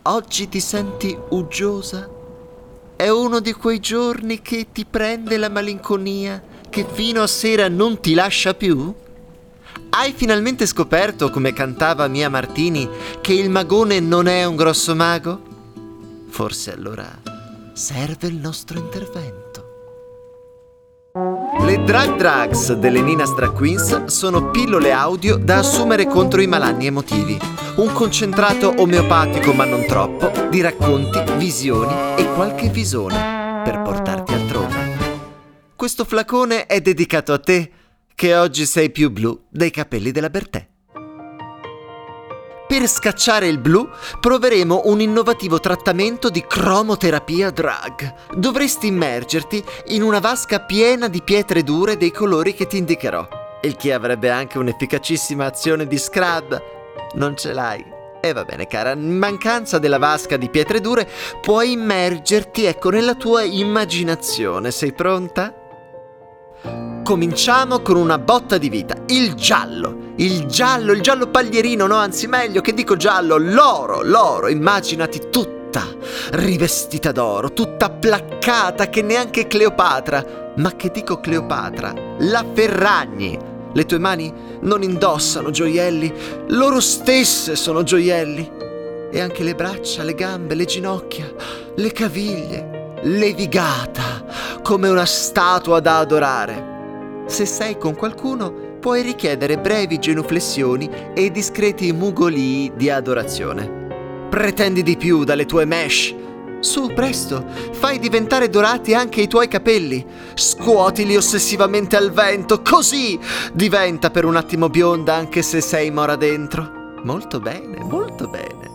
Oggi ti senti uggiosa? È uno di quei giorni che ti prende la malinconia, che fino a sera non ti lascia più? Hai finalmente scoperto, come cantava Mia Martini, che il magone non è un grosso mago? Forse allora serve il nostro intervento. Le Drag Drugs delle Nina Drag Queens sono pillole audio da assumere contro i malanni emotivi. Un concentrato omeopatico, ma non troppo, di racconti, visioni e qualche visone per portarti altrove. Questo flacone è dedicato a te, che oggi sei più blu dei capelli della Bertè. Per scacciare il blu proveremo un innovativo trattamento di cromoterapia drag. Dovresti immergerti in una vasca piena di pietre dure dei colori che ti indicherò, il che avrebbe anche un'efficacissima azione di scrub. Non ce l'hai? E va bene cara, in mancanza della vasca di pietre dure puoi immergerti, nella tua immaginazione. Sei pronta? Cominciamo con una botta di vita. Il giallo paglierino, no, anzi meglio, che dico giallo, l'oro, immaginati tutta rivestita d'oro, tutta placcata che neanche Cleopatra, ma che dico Cleopatra, la Ferragni. Le tue mani non indossano gioielli, loro stesse sono gioielli. E anche le braccia, le gambe, le ginocchia, le caviglie, levigata come una statua da adorare. Se sei con qualcuno, puoi richiedere brevi genuflessioni e discreti mugolii di adorazione. Pretendi di più dalle tue mesh. Su, presto, fai diventare dorati anche i tuoi capelli. Scuotili ossessivamente al vento, così diventa per un attimo bionda anche se sei mora dentro. Molto bene, molto bene.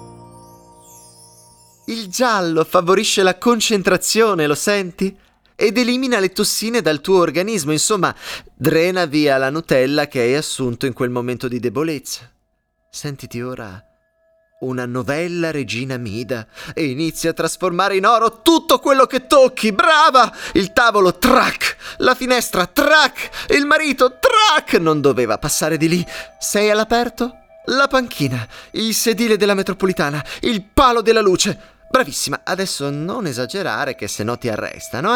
Il giallo favorisce la concentrazione, lo senti? Ed elimina le tossine dal tuo organismo, insomma, drena via la Nutella che hai assunto in quel momento di debolezza. Sentiti ora una novella regina Mida e inizia a trasformare in oro tutto quello che tocchi. Brava! Il tavolo, trac! La finestra, trac! Il marito, trac! Non doveva passare di lì. Sei all'aperto? La panchina, il sedile della metropolitana, il palo della luce. Bravissima, adesso non esagerare che se no ti arrestano,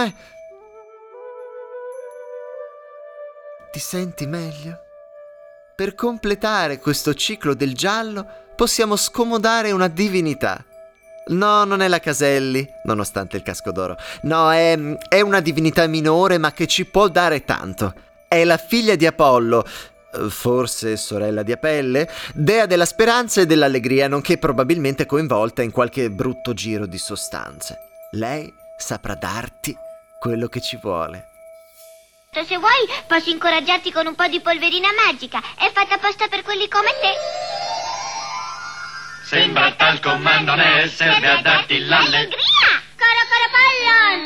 Ti senti meglio? Per completare questo ciclo del giallo possiamo scomodare una divinità. No, non è la Caselli, nonostante il casco d'oro. No, è una divinità minore ma che ci può dare tanto. È la figlia di Apollo, forse sorella di Apelle, dea della speranza e dell'allegria, nonché probabilmente coinvolta in qualche brutto giro di sostanze. Lei saprà darti quello che ci vuole. Se vuoi, posso incoraggiarti con un po' di polverina magica. È fatta apposta per quelli come te. Sembra tal comando ne serve a darti l'allegria. Coro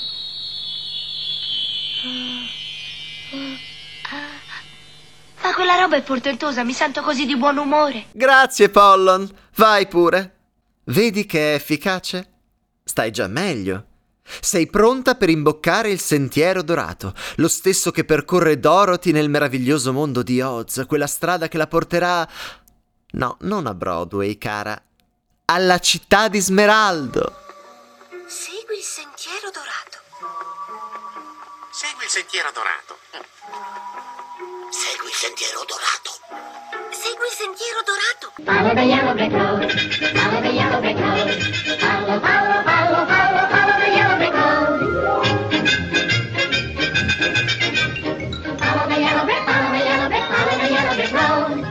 Pollon. Ma quella roba è portentosa, mi sento così di buon umore. Grazie, Pollon. Vai pure. Vedi che è efficace? Stai già meglio. Sei pronta per imboccare il sentiero dorato, lo stesso che percorre Dorothy nel meraviglioso mondo di Oz, quella strada che la porterà... No, non a Broadway, cara. Alla città di Smeraldo. Segui il sentiero dorato. Segui il sentiero dorato. Segui il sentiero dorato. Segui il sentiero dorato. Follow the yellow brick road. Follow the yellow brick road. Follow, follow, follow, follow, follow the yellow brick road. Follow the yellow brick, follow the yellow brick, follow the yellow brick road.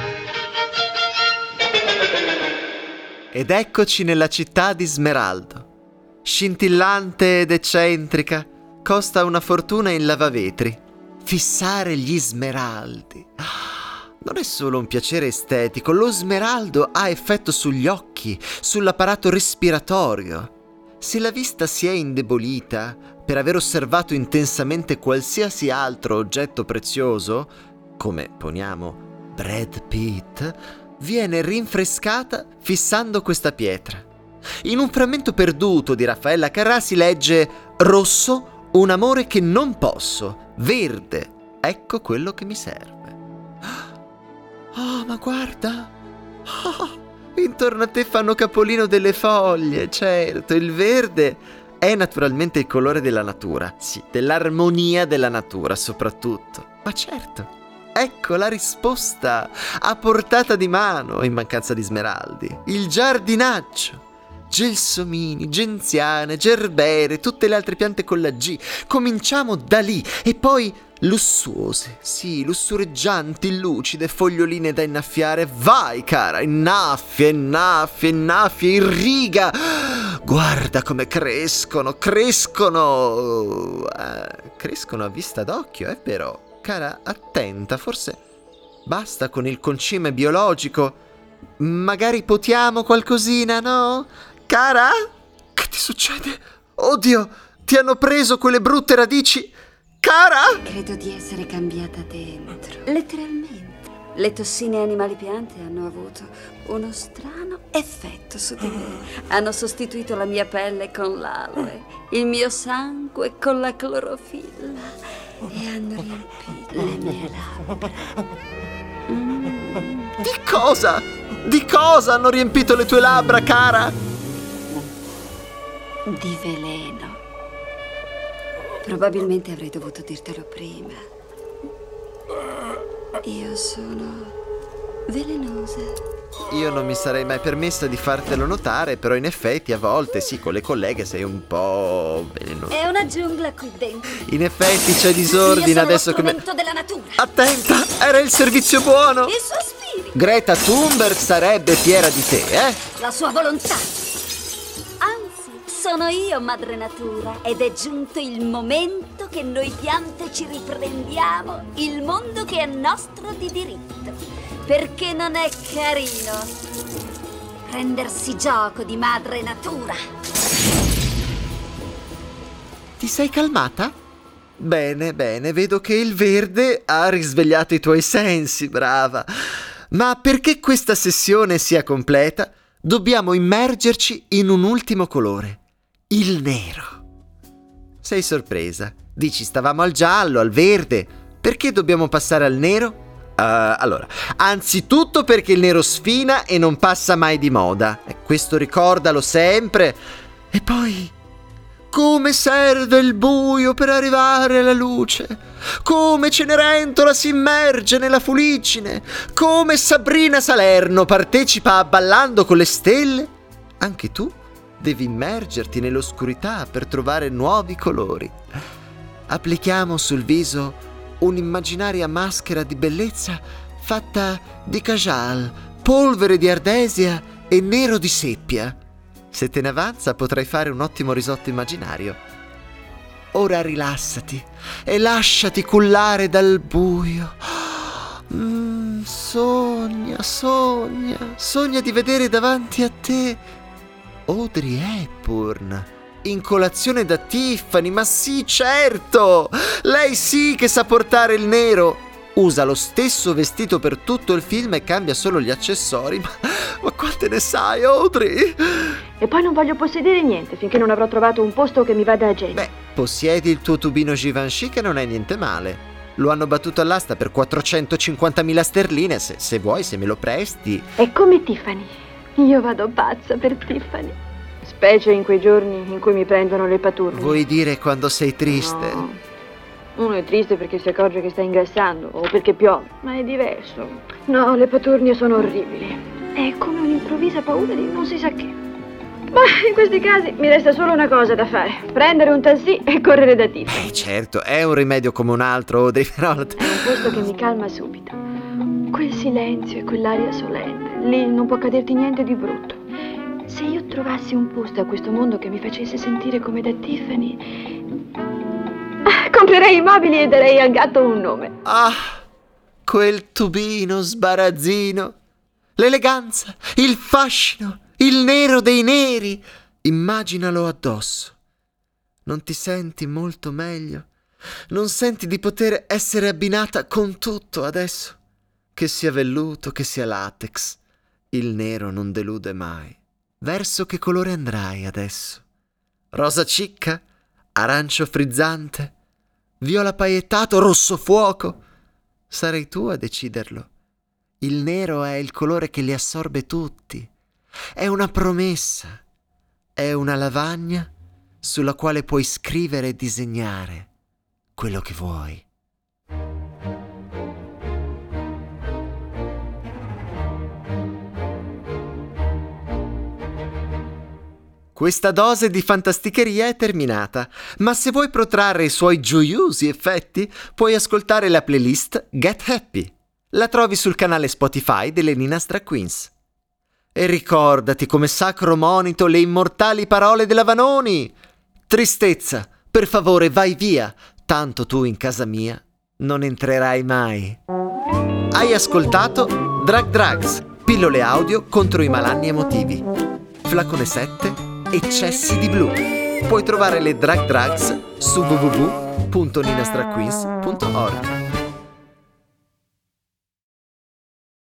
Ed eccoci nella città di Smeraldo. Scintillante ed eccentrica, costa una fortuna in lavavetri. Fissare gli smeraldi. Non è solo un piacere estetico, lo smeraldo ha effetto sugli occhi, sull'apparato respiratorio. Se la vista si è indebolita per aver osservato intensamente qualsiasi altro oggetto prezioso, come, poniamo, Brad Pitt, viene rinfrescata fissando questa pietra. In un frammento perduto di Raffaella Carrà si legge: rosso, un amore che non posso, verde, ecco quello che mi serve. Oh, ma guarda! Oh, Intorno a te fanno capolino delle foglie, certo. Il verde è naturalmente il colore della natura, sì, dell'armonia della natura soprattutto. Ma certo, ecco la risposta a portata di mano in mancanza di smeraldi. Il giardinaggio. Gelsomini, genziane, gerbere, tutte le altre piante con la G. Cominciamo da lì e poi lussuose, sì, lussureggianti, lucide, foglioline da innaffiare. Vai, cara, innaffia, innaffia, innaffia, irriga. Guarda come crescono, crescono. Crescono a vista d'occhio, però. Cara, attenta, forse basta con il concime biologico. Magari potiamo qualcosina, no? Cara? Che ti succede? Oddio, ti hanno preso quelle brutte radici? Cara? Credo di essere cambiata dentro. Letteralmente. Le tossine animali-piante hanno avuto uno strano effetto su di me. Hanno sostituito la mia pelle con l'aloe, il mio sangue con la clorofilla e hanno riempito le mie labbra. Di cosa? Di cosa hanno riempito le tue labbra, cara? Di veleno. Probabilmente avrei dovuto dirtelo prima. Io sono velenosa. Io non mi sarei mai permessa di fartelo notare, però in effetti a volte sì, con le colleghe sei un po' velenosa. È una giungla qui dentro. In effetti c'è disordine Io sono adesso lo come... strumento della natura. Attenta, era il servizio buono. Il suo spirito. Greta Thunberg sarebbe fiera di te, eh? La sua volontà. Anzi, sono io madre natura ed è giunto il momento che noi piante ci riprendiamo il mondo che è nostro di diritto. Perché non è carino prendersi gioco di madre natura. Ti sei calmata? Bene, bene, vedo che il verde ha risvegliato i tuoi sensi, brava. Ma perché questa sessione sia completa, dobbiamo immergerci in un ultimo colore, il nero. Sei sorpresa? Dici stavamo al giallo, al verde, perché dobbiamo passare al nero? Allora, anzitutto perché il nero sfina e non passa mai di moda. Questo ricordalo sempre. E poi, come serve il buio per arrivare alla luce? Come Cenerentola si immerge nella fuliggine? Come Sabrina Salerno partecipa a Ballando con le stelle? Anche tu devi immergerti nell'oscurità per trovare nuovi colori. Applichiamo sul viso un'immaginaria maschera di bellezza fatta di kajal, polvere di ardesia e nero di seppia. Se te ne avanza potrai fare un ottimo risotto immaginario. Ora rilassati e lasciati cullare dal buio. Sogna, sogna, sogna di vedere davanti a te Audrey Hepburn in colazione da Tiffany. Ma sì, certo! Lei sì che sa portare il nero. Usa lo stesso vestito per tutto il film e cambia solo gli accessori. Ma quante ne sai, Audrey? E poi non voglio possedere niente finché non avrò trovato un posto che mi vada a genio. Beh, possiedi il tuo tubino Givenchy che non è niente male. Lo hanno battuto all'asta per 450.000 sterline. Se vuoi, se me lo presti. È come Tiffany. Io vado pazza per Tiffany. Specie in quei giorni in cui mi prendono le paturne. Vuoi dire quando sei triste? No. Uno è triste perché si accorge che sta ingrassando o perché piove, ma è diverso. No, le paturnie sono orribili. È come un'improvvisa paura di non si sa che. Ma in questi casi mi resta solo una cosa da fare: prendere un taxi e correre da Tiffany. Certo, è un rimedio come un altro, Audrey, però... È un posto che mi calma subito. Quel silenzio e quell'aria solenne. Lì non può caderti niente di brutto. Se io trovassi un posto a questo mondo che mi facesse sentire come da Tiffany, comprerei i mobili e darei al gatto un nome. Ah, quel tubino sbarazzino, l'eleganza, il fascino, il nero dei neri. Immaginalo addosso. Non ti senti molto meglio? Non senti di poter essere abbinata con tutto adesso? Che sia velluto, che sia latex, il nero non delude mai. Verso che colore andrai adesso? Rosa cicca? Arancio frizzante? Viola paillettato? Rosso fuoco? Sarai tu a deciderlo. Il nero è il colore che li assorbe tutti, È una promessa, è una lavagna sulla quale puoi scrivere e disegnare quello che vuoi. Questa dose di fantasticheria è terminata, ma se vuoi protrarre i suoi gioiosi effetti, puoi ascoltare la playlist Get Happy. La trovi sul canale Spotify delle Nina's Drag Queens. E ricordati come sacro monito le immortali parole della Vanoni. Tristezza, per favore vai via, tanto tu in casa mia non entrerai mai. Hai ascoltato Drag Drugs, pillole audio contro i malanni emotivi. Flacone 7, eccessi di blu. Puoi trovare le Drag Drugs su www.ninasdragqueens.org.